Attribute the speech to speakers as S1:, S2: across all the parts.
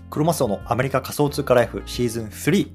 S1: クロマスオのアメリカ仮想通貨ライフシーズン3。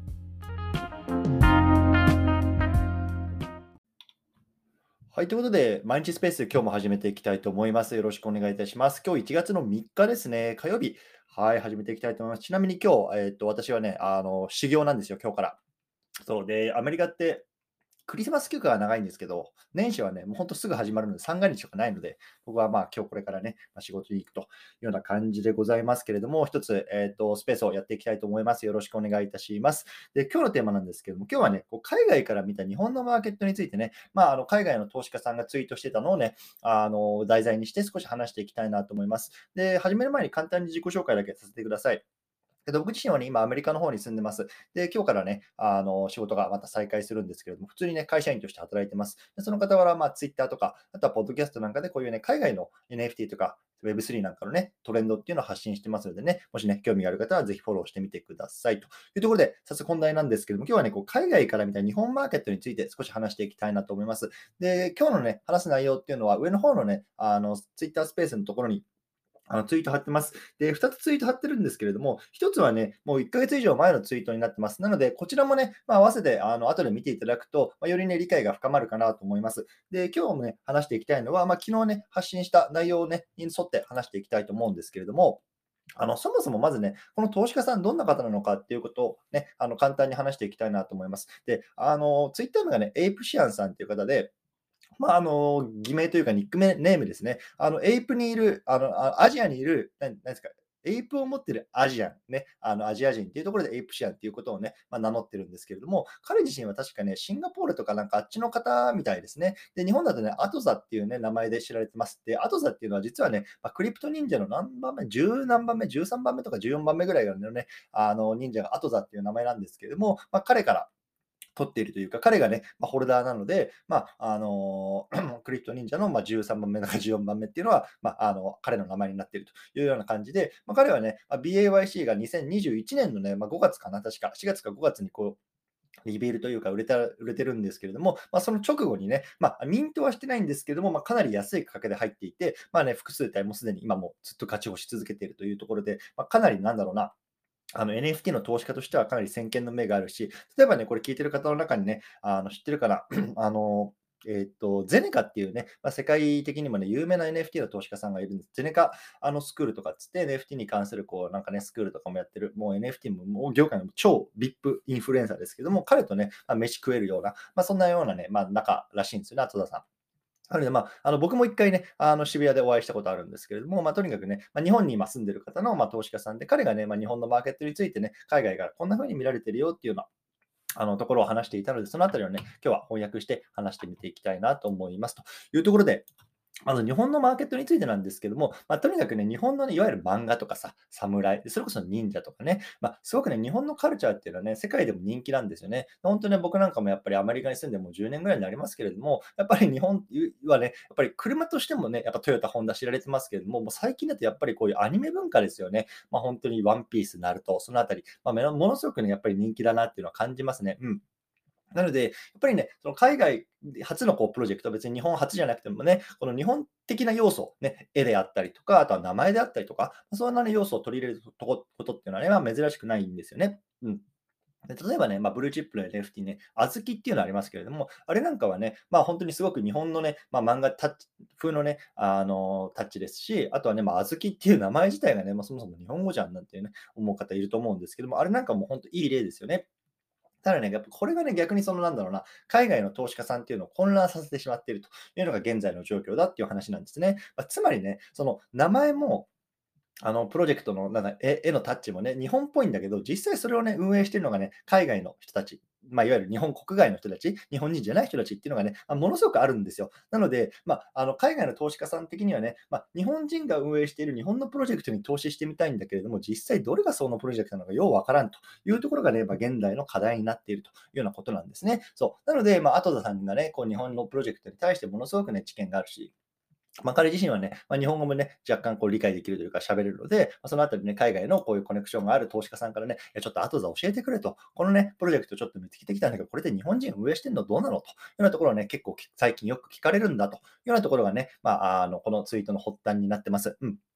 S1: はい、ということで、毎日スペース、今日も始めていきたいと思います。よろしくお願いいたします。今日1月の3日ですね、火曜日。はい、始めていきたいと思います。ちなみに今日、私はね、修行なんですよ、今日から。そうで、アメリカってクリスマス休暇が長いんですけど、年始はね、もうほんとすぐ始まるので、三が日とかないので、僕は今日これからね、仕事に行くというような感じでございますけれども、一つ、スペースをやっていきたいと思います。よろしくお願いいたします。で、今日のテーマなんですけども、今日はね、海外から見た日本のマーケットについてね、海外の投資家さんがツイートしてたのをね、題材にして少し話していきたいなと思います。で、始める前に簡単に自己紹介だけさせてください。僕自身はね、今アメリカの方に住んでます。で、今日からね、仕事がまた再開するんですけれども、普通にね、会社員として働いてます。で、その傍ら、Twitter とか、あとはポッドキャストなんかでこういうね、海外の NFT とか Web3 なんかのね、トレンドっていうのを発信してますのでね、もしね、興味がある方はぜひフォローしてみてください。というところで、早速本題なんですけれども、今日はね、海外から見た日本マーケットについて少し話していきたいなと思います。で、今日のね、話す内容っていうのは、上の方のね、Twitter スペースのところにツイート貼ってます。で、2つツイート貼ってるんですけれども、1つはね、もう1ヶ月以上前のツイートになってます。なので、こちらもね、合わせて後で見ていただくと、よりね、理解が深まるかなと思います。で、今日もね、話していきたいのは、昨日ね、発信した内容をね、に沿って話していきたいと思うんですけれども、そもそもまずね、この投資家さんどんな方なのかっていうことをね、簡単に話していきたいなと思います。で、ツイッターのがね、エイプシアンさんっていう方で、偽名というかニックネームですね。エイプにいる、アジアにいる、なんですか、エイプを持ってるアジアン、ね、アジア人っていうところでエイプシアンっていうことをね、名乗ってるんですけれども、彼自身は確かね、シンガポールとかなんかあっちの方みたいですね。で、日本だとね、アトザっていうね、名前で知られてます。で、アトザっていうのは実はね、クリプト忍者の何番目、10何番目、13番目とか14番目ぐらいのね、忍者がアトザっていう名前なんですけれども、彼から取っているというか、彼がね、ホルダーなので、クリプト忍者の13番目とか14番目っていうのは、彼の名前になっているというような感じで、彼はね、BAYC が2021年のね、5月かな、確か、4月か5月にリビールというか売れてるんですけれども、その直後にね、ミントはしてないんですけれども、かなり安い価格で入っていて、複数体もすでに今もずっと勝ち星し続けているというところで、かなりなんだろうな、NFT の投資家としてはかなり先見の目があるし、例えばね、これ聞いてる方の中にね、知ってるかな、ゼネカっていうね、世界的にもね、有名な NFT の投資家さんがいるんです。ゼネカスクールとかっつって、NFT に関するなんかね、スクールとかもやってる、もう NFT も業界の超 VIP インフルエンサーですけども、彼とね、飯食えるような、そんなようなね、仲らしいんですよね、戸田さん。なので、僕も一回ね、渋谷でお会いしたことあるんですけれども、とにかくね、日本に今住んでる方の、投資家さんで、彼がね、日本のマーケットについてね、海外からこんな風に見られてるよっていうような、ところを話していたので、そのあたりをね、今日は翻訳して話してみていきたいなと思います。というところで、まず日本のマーケットについてなんですけども、とにかくね、日本のね、いわゆる漫画とかさ、侍、それこそ忍者とかね、すごくね、日本のカルチャーっていうのはね、世界でも人気なんですよね。本当ね、僕なんかもやっぱりアメリカに住んでもう10年ぐらいになりますけれども、やっぱり日本はね、やっぱり車としてもね、やっぱトヨタ、ホンダ知られてますけれども、もう最近だとやっぱりこういうアニメ文化ですよね。本当にワンピース、ナルト、そのあたり、ものすごくね、やっぱり人気だなっていうのは感じますね。うん。なので、やっぱりね、その海外初のプロジェクト、別に日本初じゃなくてもね、この日本的な要素、ね、絵であったりとか、あとは名前であったりとか、そんなね、要素を取り入れることっていうのはね、珍しくないんですよね。うん。で、例えばね、ブルーチップの NFT ね、小豆っていうのありますけれども、あれなんかはね、本当にすごく日本のね、漫画タッチ風のね、タッチですし、あとはね、小豆っていう名前自体がね、そもそも日本語じゃんなんてね、思う方いると思うんですけども、あれなんかも本当いい例ですよね。ただね、やっぱこれがね、逆になんだろうな、海外の投資家さんっていうのを混乱させてしまっているというのが現在の状況だっていう話なんですね。つまりね、その名前もプロジェクトの絵のタッチもね、日本っぽいんだけど、実際それをね、運営してるのがね、海外の人たち、いわゆる日本国外の人たち、日本人じゃない人たちっていうのがね、ものすごくあるんですよ。なので、海外の投資家さん的にはね、日本人が運営している日本のプロジェクトに投資してみたいんだけれども、実際どれがそのプロジェクトなのかようわからんというところがね、現代の課題になっているというようなことなんですね。そう。なので、アトザさんがね、日本のプロジェクトに対してものすごくね、知見があるし、彼自身はね、日本語もね、若干理解できるというか喋れるので、そのあたりね、海外のこういうコネクションがある投資家さんからね、ちょっと後で教えてくれと、このね、プロジェクトちょっと見つけてきたんだけど、これで日本人運営してんのどうなのというようなところをね、結構最近よく聞かれるんだというようなところがね、このツイートの発端になってます。うん。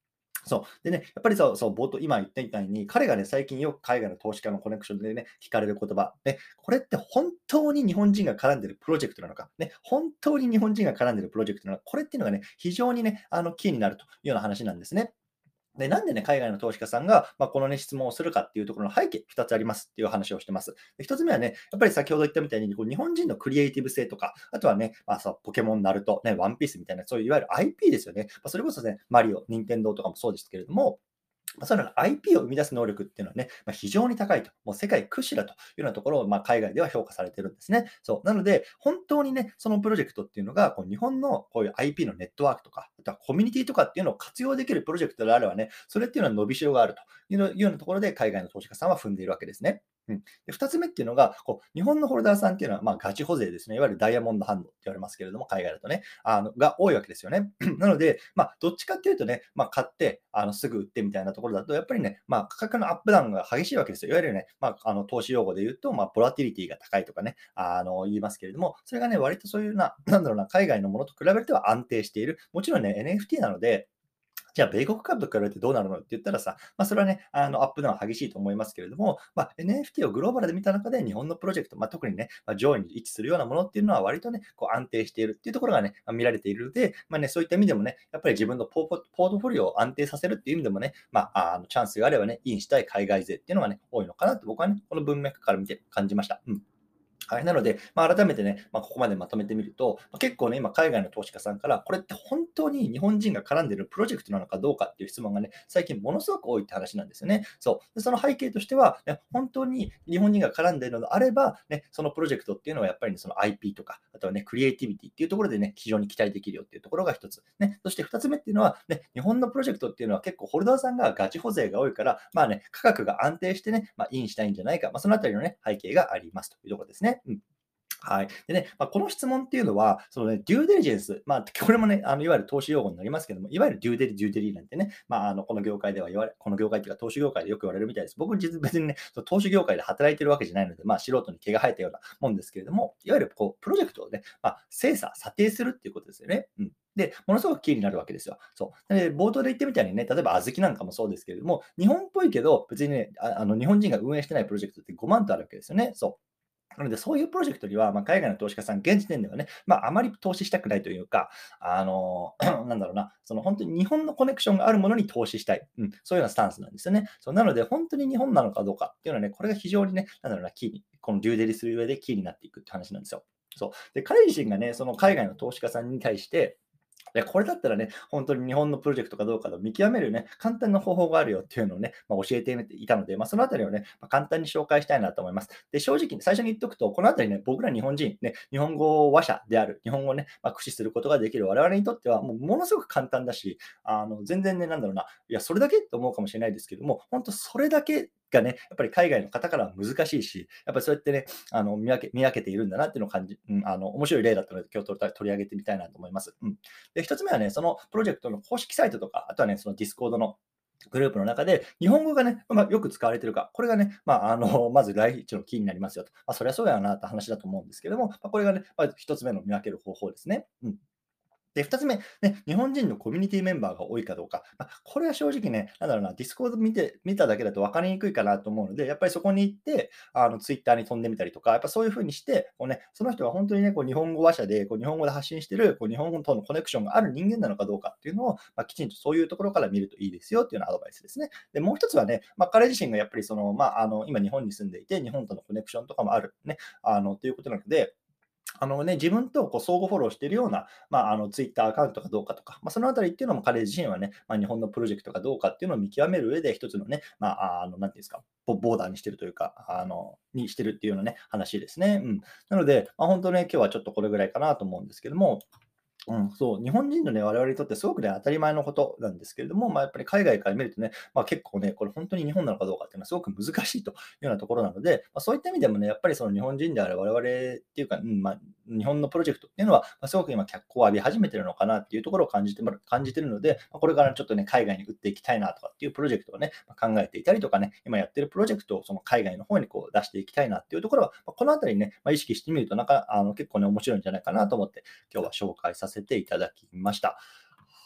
S1: そう。でね、やっぱり冒頭、今言ったみたいに、彼がね、最近よく海外の投資家のコネクションでね、聞かれる言葉。ね、これって本当に日本人が絡んでるプロジェクトなのか、ね、本当に日本人が絡んでるプロジェクトなのか、これっていうのがね、非常にね、キーになるというような話なんですね。で、なんでね、海外の投資家さんが、このね、質問をするかっていうところの背景、2つありますっていう話をしてます。で、1つ目はね、やっぱり先ほど言ったみたいに、こう日本人のクリエイティブ性とか、あとはね、ポケモン、ナルト、ね、ワンピースみたいな、そういういわゆる IP ですよね。それこそね、マリオ、ニンテンドーとかもそうですけれども、その IP を生み出す能力っていうのはね、非常に高いと。もう世界屈指だというようなところを、海外では評価されてるんですね。そう。なので、本当にね、そのプロジェクトっていうのが、こう日本のこういう IP のネットワークとか、あとはコミュニティとかっていうのを活用できるプロジェクトであればね、それっていうのは伸びしろがあるというようなところで、海外の投資家さんは踏んでいるわけですね。うん、で2つ目っていうのが、日本のホルダーさんっていうのは、ガチ保税ですね。いわゆるダイヤモンドハンドって言われますけれども、海外だとね、が多いわけですよね。なので、どっちかっていうとね、買って、すぐ売ってみたいなところだと、やっぱりね、価格のアップダウンが激しいわけですよ。いわゆるね、投資用語で言うと、ボラティリティが高いとかね、言いますけれども、それがね、割とそういうなんだろうな、海外のものと比べては安定している。もちろんね、NFT なので、じゃあ、米国株と比べてどうなるのって言ったらさ、それはね、アップダウン激しいと思いますけれども、NFT をグローバルで見た中で日本のプロジェクト、特にね、上位に位置するようなものっていうのは割とね、こう安定しているっていうところがね、見られているので、そういった意味でもね、やっぱり自分のポートフォリオを安定させるっていう意味でもね、チャンスがあればね、インしたい海外勢っていうのがね、多いのかなって僕はね、この文脈から見て感じました。うん。はい、なので、改めてね、ここまでまとめてみると、結構ね、今海外の投資家さんから、これって本当に日本人が絡んでるプロジェクトなのかどうかっていう質問がね、最近ものすごく多いって話なんですよね。そう。で、その背景としては、本当に日本人が絡んでいるのであれば、ね、そのプロジェクトっていうのはやっぱりね、その IP とか、あとはね、クリエイティビティっていうところでね、非常に期待できるよっていうところが一つ。ね、そして二つ目っていうのは、ね、日本のプロジェクトっていうのは結構ホルダーさんがガチ保税が多いから、価格が安定してね、インしたいんじゃないか、そのあたりのね、背景がありますというところですね。うん。はい。でね、この質問っていうのは、そのね、デューデリジェンス、これもね、いわゆる投資用語になりますけども、いわゆるデューデリなんてね、この業界ではこの業界っていうか投資業界でよく言われるみたいです。僕、別にね、その投資業界で働いてるわけじゃないので、素人に毛が生えたようなもんですけれども、いわゆるこう、プロジェクトをね、精査、査定するっていうことですよね。うん。で、ものすごくキーになるわけですよ。そう。で、冒頭で言ってみたいにね、例えば小豆なんかもそうですけれども、日本っぽいけど、別にね、日本人が運営してないプロジェクトって5万とあるわけですよね。そう。なので、そういうプロジェクトには、海外の投資家さん、現時点ではね、あまり投資したくないというか、なんだろうな、その本当に日本のコネクションがあるものに投資したい。うん、そういうようなスタンスなんですよね。そう、なので、本当に日本なのかどうかっていうのはね、これが非常にね、なんだろうな、キーに、このデューデリする上でキーになっていくって話なんですよ。そう。で、彼自身がね、その海外の投資家さんに対して、これだったらね、本当に日本のプロジェクトかどうかを見極めるね、簡単な方法があるよっていうのをね、教えていたので、そのあたりをね、簡単に紹介したいなと思います。で、正直に最初に言っておくと、このあたりね、僕ら日本人、ね、日本語話者である、日本語をね、駆使することができる我々にとっては、もうものすごく簡単だし、全然ね、なんだろうな、いや、それだけって思うかもしれないですけども、本当それだけがね、やっぱり海外の方からは難しいし、やっぱりそうやってね、見分けているんだなっていうのを感じ、うん、面白い例だったので、今日取り上げてみたいなと思います。うん。で、一つ目はね、そのプロジェクトの公式サイトとか、あとはね、そのディスコードのグループの中で、日本語がね、よく使われているか、これがね、まず第一のキーになりますよと。そりゃそうやなって話だと思うんですけども、これがね、まず一つ目の見分ける方法ですね。うん。で、2つ目、ね、日本人のコミュニティメンバーが多いかどうか。これは正直ね、なんだろうな、ディスコード見ただけだと分かりにくいかなと思うので、やっぱりそこに行って、ツイッターに飛んでみたりとか、やっぱそういう風にして、こうね、その人が本当にね、こう日本語話者で、こう日本語で発信してる、こう日本語とのコネクションがある人間なのかどうかっていうのを、きちんとそういうところから見るといいですよっていうようなアドバイスですね。で、もう一つはね、彼自身がやっぱりその、今日本に住んでいて、日本とのコネクションとかもあるね、ということなので、自分とこう相互フォローしているような、ツイッターアカウントかどうかとか、そのあたりっていうのも彼自身はね、日本のプロジェクトかどうかっていうのを見極める上で、一つのね、なんていうんですか、ボーダーにしてるというか、にしてるっていうようなね、話ですね。うん。なので、本当ね、今日はちょっとこれぐらいかなと思うんですけども、うん、そう、日本人のね、我々にとってすごくね、当たり前のことなんですけれども、やっぱり海外から見るとね、結構ね、これ本当に日本なのかどうかっていうのはすごく難しいというようなところなので、そういった意味でもね、やっぱりその日本人である我々っていうか、うん、日本のプロジェクトっていうのは、すごく今脚光を浴び始めてるのかなっていうところを感じてるので、これからちょっとね、海外に打っていきたいなとかっていうプロジェクトをね、考えていたりとかね、今やってるプロジェクトをその海外の方にこう出していきたいなっていうところは、このあたりにね、意識してみると結構ね、面白いんじゃないかなと思って今日は紹介させていただきました。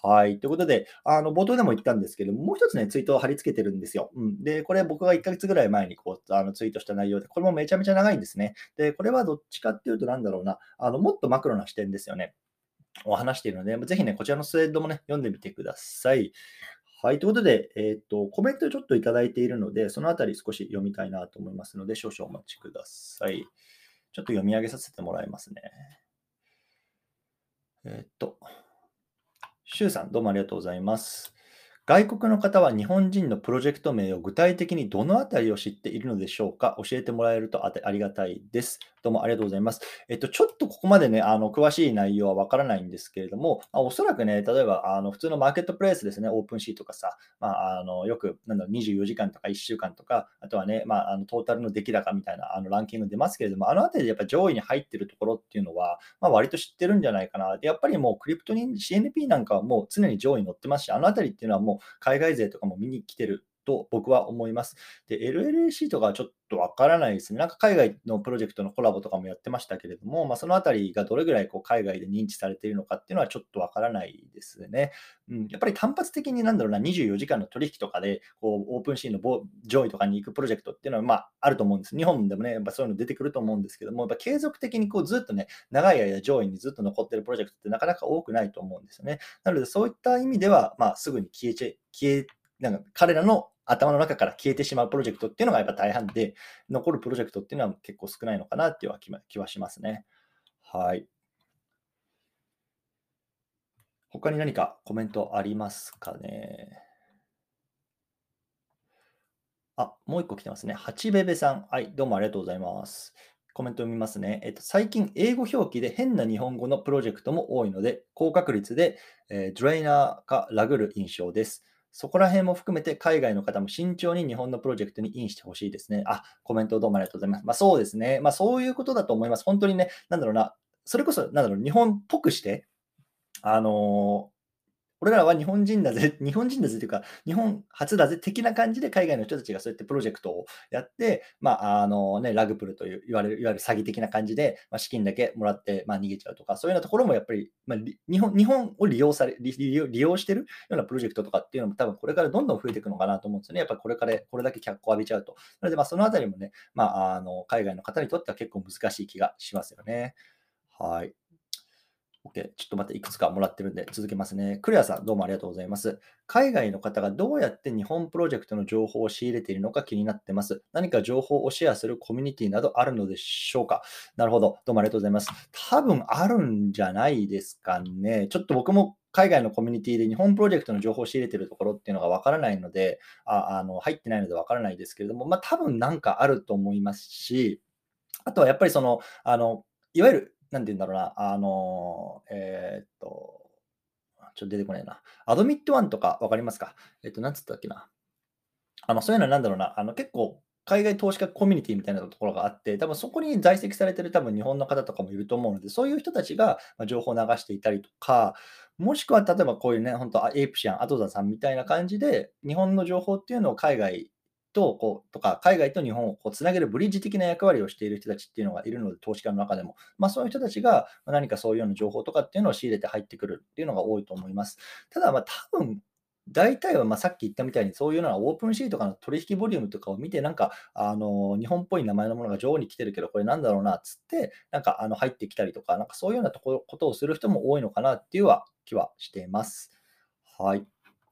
S1: はい。ということで、冒頭でも言ったんですけども、もう一つね、ツイートを貼り付けてるんですよ。うん。で、これ僕が1ヶ月ぐらい前にツイートした内容で、これもめちゃめちゃ長いんですね。で、これはどっちかっていうとなんだろうな、もっとマクロな視点ですよね。を話しているので、ぜひね、こちらのスレッドもね、読んでみてください。はい。ということで、コメントちょっといただいているので、そのあたり少し読みたいなと思いますので、少々お待ちください。ちょっと読み上げさせてもらいますね。えっと、シュウさん、どうもありがとうございます。外国の方は日本人のプロジェクト名を具体的にどのあたりを知っているのでしょうか？教えてもらえるとありがたいです。どうもありがとうございます。ちょっとここまでね、詳しい内容はわからないんですけれども、おそらくね、例えば、普通のマーケットプレイスですね、オープンシーとかさ、よく、24時間とか1週間とか、あとはね、トータルの出来高みたいな、ランキング出ますけれども、あのあたりでやっぱ上位に入ってるところっていうのは、割と知ってるんじゃないかな。で、やっぱりもうクリプトに CNP なんかはもう常に上位に乗ってますし、あのあたりっていうのはもう海外勢とかも見に来てると僕は思います。で、LLAC とかはちょっとわからないですね。なんか海外のプロジェクトのコラボとかもやってましたけれども、そのあたりがどれぐらいこう海外で認知されているのかっていうのはちょっとわからないですね。うん、やっぱり単発的になんだろうな、24時間の取引とかで、こう、オープンシーンの上位とかに行くプロジェクトっていうのは、あると思うんです。日本でもね、やっぱそういうの出てくると思うんですけども、やっぱ継続的にこうずっとね、長い間上位にずっと残ってるプロジェクトってなかなか多くないと思うんですよね。なので、そういった意味では、すぐになんか彼らの頭の中から消えてしまうプロジェクトっていうのがやっぱ大半で、残るプロジェクトっていうのは結構少ないのかなっていう気はしますね。はい。他に何かコメントありますかね。もう一個来てますね。はちべべさん。はい、どうもありがとうございます。コメントを見ますね。最近、英語表記で変な日本語のプロジェクトも多いので、高確率で、ドレイナーかラグる印象です。そこら辺も含めて、海外の方も慎重に日本のプロジェクトにインしてほしいですね。コメントどうもありがとうございます。そうですね。そういうことだと思います。本当にね、なんだろうな、それこそ、なんだろう、日本っぽくして、あの俺らは日本人だぜ、日本人だぜというか、日本初だぜ的な感じで海外の人たちがそうやってプロジェクトをやって、ラグプルといういわゆる詐欺的な感じで、資金だけもらって、逃げちゃうとか、そういうようなところもやっぱり、日本を利用してるようなプロジェクトとかっていうのも多分これからどんどん増えていくのかなと思うんですよね。やっぱりこれだけ脚光を浴びちゃうと。なので、そのあたりもね、海外の方にとっては結構難しい気がしますよね。はい。OK。ちょっとまたいくつかもらってるんで続けますね。クレアさん、どうもありがとうございます。海外の方がどうやって日本プロジェクトの情報を仕入れているのか気になってます。何か情報をシェアするコミュニティなどあるのでしょうか？なるほど。どうもありがとうございます。多分あるんじゃないですかね。ちょっと僕も海外のコミュニティで日本プロジェクトの情報を仕入れているところっていうのがわからないので、入ってないのでわからないですけれども、多分なんかあると思いますし、あとはやっぱりいわゆる、なんて言うんだろうな、ちょっと出てこないな。アドミットワンとか分かりますか？なんつったっけな。そういうのはなんだろうな、結構海外投資家コミュニティみたいなところがあって、多分そこに在籍されてる多分日本の方とかもいると思うので、そういう人たちが、情報を流していたりとか、もしくは例えばこういうね、本当エイプシアン、アトザさんみたいな感じで、日本の情報っていうのを海外と日本をこうつなげるブリッジ的な役割をしている人たちっていうのがいるので、投資家の中でも。そういう人たちが何かそういうような情報とかっていうのを仕入れて入ってくるっていうのが多いと思います。ただ、多分大体は、さっき言ったみたいに、そういうようなオープンシーとかの取引ボリュームとかを見て、なんか、日本っぽい名前のものが上に来てるけど、これなんだろうなっつって、なんか、入ってきたりとか、なんかそういうようなことをする人も多いのかなっていう気はしています。はい。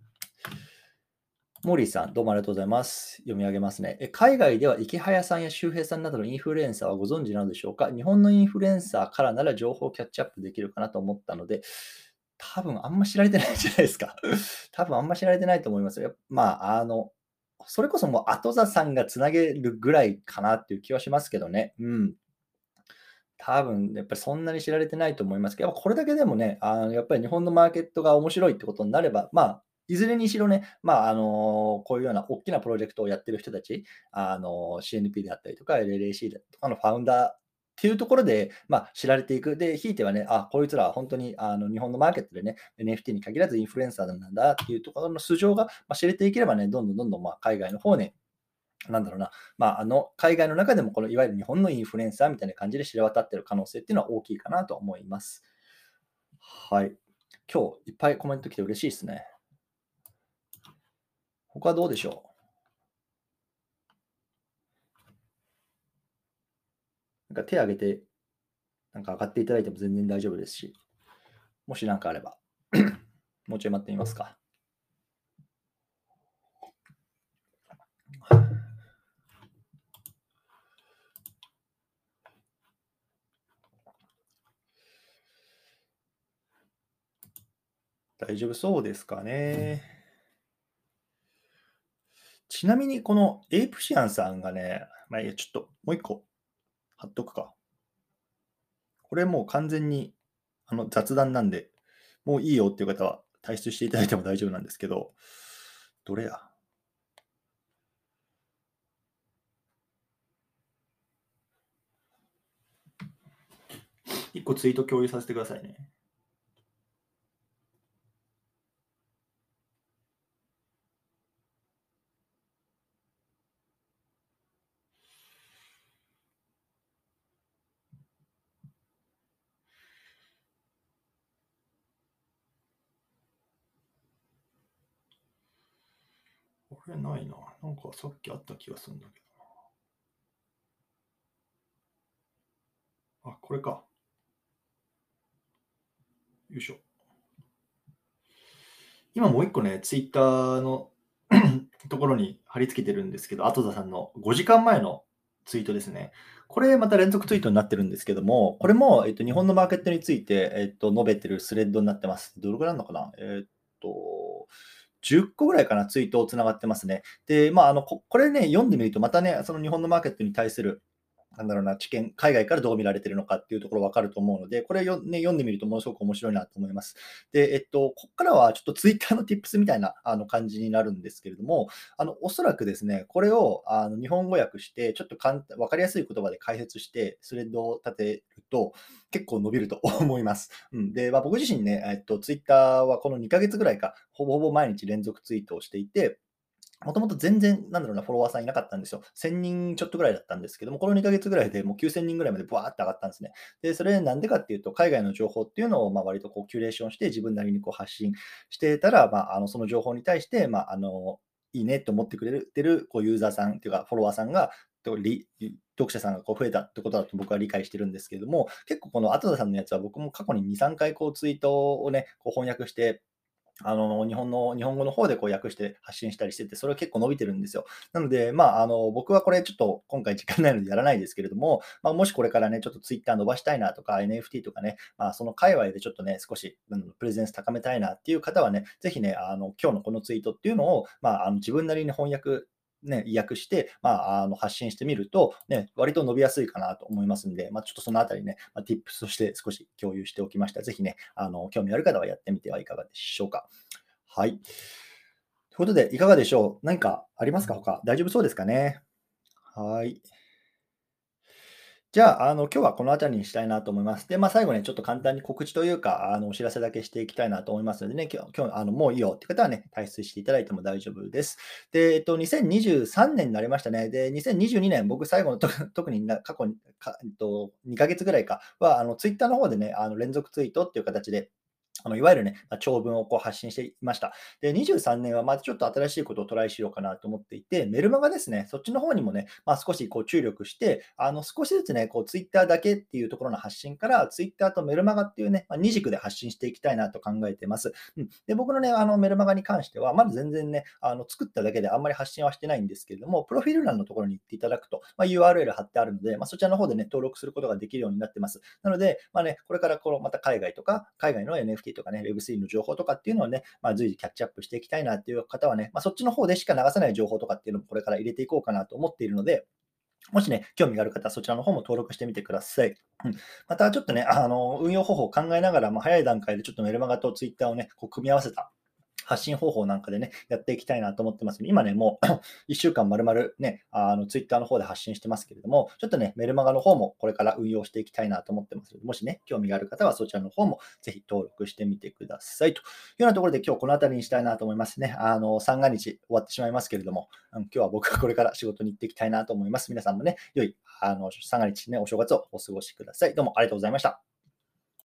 S1: モーリーさん、どうもありがとうございます。読み上げますね。海外では池早さんや周平さんなどのインフルエンサーはご存知なのでしょうか？日本のインフルエンサーからなら情報をキャッチアップできるかなと思ったので、多分あんま知られてないんじゃないですか。多分あんま知られてないと思いますよ。それこそもう後座さんがつなげるぐらいかなっていう気はしますけどね。うん。多分やっぱりそんなに知られてないと思いますけど、これだけでもね、やっぱり日本のマーケットが面白いってことになれば、いずれにしろね、こういうような大きなプロジェクトをやってる人たち、CNP であったりとか、LLAC とかのファウンダーっていうところで、知られていく。で、ひいてはね、こいつらは本当に日本のマーケットでね、NFT に限らずインフルエンサーなんだっていうところの素性が、知れていければね、どんどん海外の方になんだろうな、海外の中でもこのいわゆる日本のインフルエンサーみたいな感じで知れ渡っている可能性っていうのは大きいかなと思います。はい。 今日いっぱいコメント来て嬉しいですね。他どうでしょう？なんか手挙げて、なんか上がっていただいても全然大丈夫ですし、もしなんかあれば、もうちょい待ってみますか。大丈夫そうですかね。ちなみにこのエイプシアンさんがね、まあいいや、ちょっともう一個貼っとくか。これもう完全に雑談なんで、もういいよっていう方は退出していただいても大丈夫なんですけど、どれや？一個ツイート共有させてくださいね。これないな。なんかさっきあった気がするんだけど。あ、これか。よいしょ。今もう一個ね、ツイッターのところに貼り付けてるんですけど、後田さんの5時間前のツイートですね。これまた連続ツイートになってるんですけども、これも、日本のマーケットについて、述べてるスレッドになってます。どれくらいなのかな10個ぐらいかな、ツイートをつながってますね。で、まあ、これね、読んでみると、またね、その日本のマーケットに対するなんだろうな、知見、海外からどう見られているのかっていうところ分かると思うので、これ読んでみるとものすごく面白いなと思います。で、ここからはちょっとツイッターの tips みたいな感じになるんですけれども、おそらくですね、これを日本語訳して、ちょっと分かりやすい言葉で解説して、スレッドを立てると、結構伸びると思います。うん、で、まあ、僕自身ね、ツイッターはこの2ヶ月ぐらいか、ほぼほぼ毎日連続ツイートをしていて、もともと全然、なんだろうな、フォロワーさんいなかったんですよ。1000人ちょっとぐらいだったんですけども、この2ヶ月ぐらいでもう9000人ぐらいまでブワーって上がったんですね。で、それなんでかっていうと、海外の情報っていうのを、まあ、割とこうキュレーションして、自分なりにこう発信してたら、まあ、その情報に対して、まあ、いいねと思ってくれてるこうユーザーさんっていうか、フォロワーさんが、読者さんがこう増えたってことだと僕は理解してるんですけれども、結構この後田さんのやつは僕も過去に2、3回こうツイートをね、こう翻訳して、日本語の方でこう訳して発信したりしてて、それは結構伸びてるんですよ。なので、まあ、僕はこれちょっと今回時間ないのでやらないですけれども、まあ、もしこれからね、ちょっとツイッター伸ばしたいなとか、NFT とかね、まあ、その界隈でちょっとね、少し、プレゼンス高めたいなっていう方はね、ぜひね、今日のこのツイートっていうのを、まあ、自分なりに翻訳ね、意訳して、まあ、発信してみると、ね、割と伸びやすいかなと思いますんで、まあ、ちょっとそのあたりね、まあ、Tips として少し共有しておきました。ぜひね、興味ある方はやってみてはいかがでしょうか。はい。ということで、いかがでしょう？何かありますか？他、大丈夫そうですかね？はい。じゃあ、今日はこの辺りにしたいなと思います。で、まあ、最後ね、ちょっと簡単に告知というか、お知らせだけしていきたいなと思いますのでね、今日、もういいよって方はね、退出していただいても大丈夫です。で、2023年になりましたね。で、2022年、僕最後の特に過去に、2ヶ月ぐらいかは、ツイッターの方でね、連続ツイートっていう形でいわゆるね、長文をこう発信していました。で、23年はまたちょっと新しいことをトライしようかなと思っていて、メルマガですね、そっちの方にもね、少しこう注力して、少しずつね、こうツイッターだけっていうところの発信から、ツイッターとメルマガっていうね、二軸で発信していきたいなと考えています。うん。で、僕のね、メルマガに関しては、まだ全然ね、作っただけであんまり発信はしてないんですけれども、プロフィール欄のところに行っていただくと、URL 貼ってあるので、そちらの方でね、登録することができるようになってます。なので、これからこのまた海外とか、海外の NFT とかね、Web3 の情報とかっていうのをね、随時キャッチアップしていきたいなっていう方はね、そっちの方でしか流さない情報とかっていうのもこれから入れていこうかなと思っているので、もしね、興味がある方はそちらの方も登録してみてください。うん、またちょっとね、運用方法を考えながら、早い段階でちょっとメルマガとツイッターをね、こう組み合わせた発信方法なんかでね、やっていきたいなと思ってます。今ね、もう1週間丸々ね、ツイッターの方で発信してますけれども、ちょっとね、メルマガの方もこれから運用していきたいなと思ってますので、もしね、興味がある方はそちらの方もぜひ登録してみてください。というようなところで今日この辺りにしたいなと思いますね。三が日終わってしまいますけれども、今日は僕はこれから仕事に行っていきたいなと思います。皆さんもね、良い三が日ね、お正月をお過ごしください。どうもありがとうございました。